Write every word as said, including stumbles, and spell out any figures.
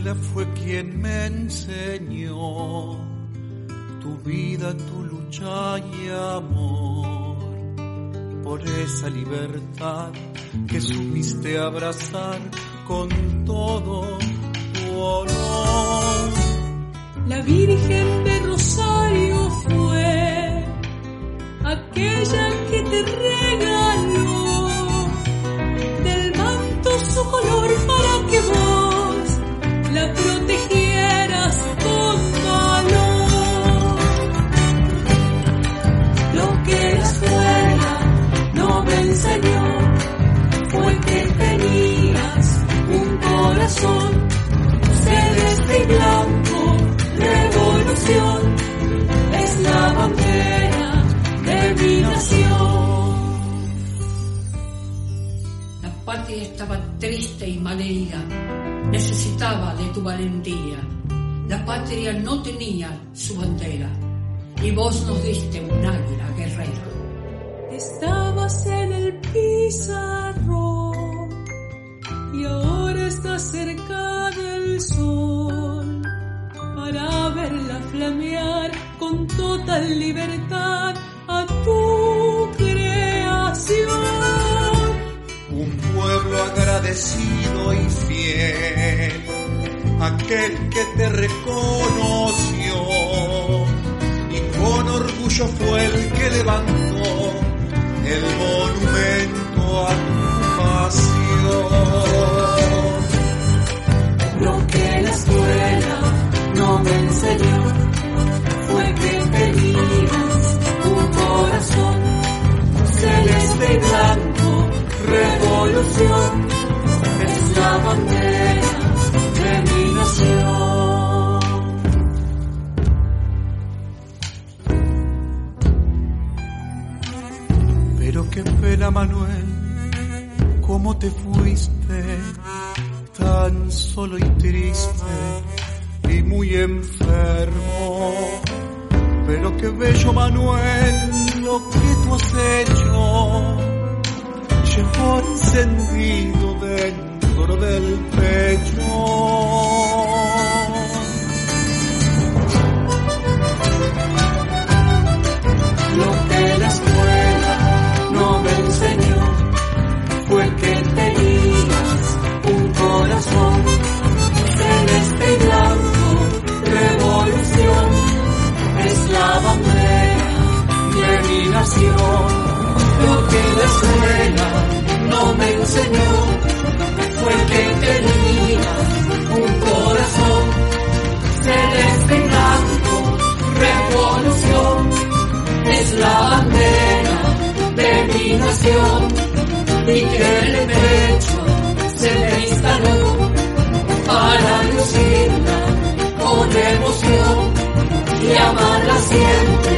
escuela fue quien me enseñó tu vida, tu lucha y amor, por esa libertad que supiste abrazar con todo tu honor. La Virgen de Rosario fue aquella que te regaló del manto su color para que vos la protegieras con valor. Lo que la escuela no me enseñó fue que tenías un corazón celeste y blanco. Revolución es la bandera de mi nación. La patria estaba triste y malherida, necesitaba de tu valentía. La patria no tenía su bandera y vos nos diste un águila guerrera. Estabas en el pizarrón y ahora estás cerca del sol para verla flamear con total libertad a tu creación. Un pueblo agradecido y fiel, aquel que te reconoció y con orgullo fue el que levantó el monumento a tu pasión. Lo que la escuela no me enseñó fue que tenías un corazón celeste y blanco. Revolución es la bandera de mi nación. Pero qué pena, Manuel, cómo te fuiste, tan solo y triste y muy enfermo. Pero qué bello, Manuel, lo que tú has hecho, llevó encendido dentro del pecho. Lo que la escuela no me enseñó fue que tenías un corazón celeste y blanco. Revolución es la bandera de mi nación. Lo que la escuela no me enseñó fue que tenías un corazón celeste y blanco. Revolución es la bandera de mi nación, y que en el pecho se me instaló para lucirla con emoción y amarla siempre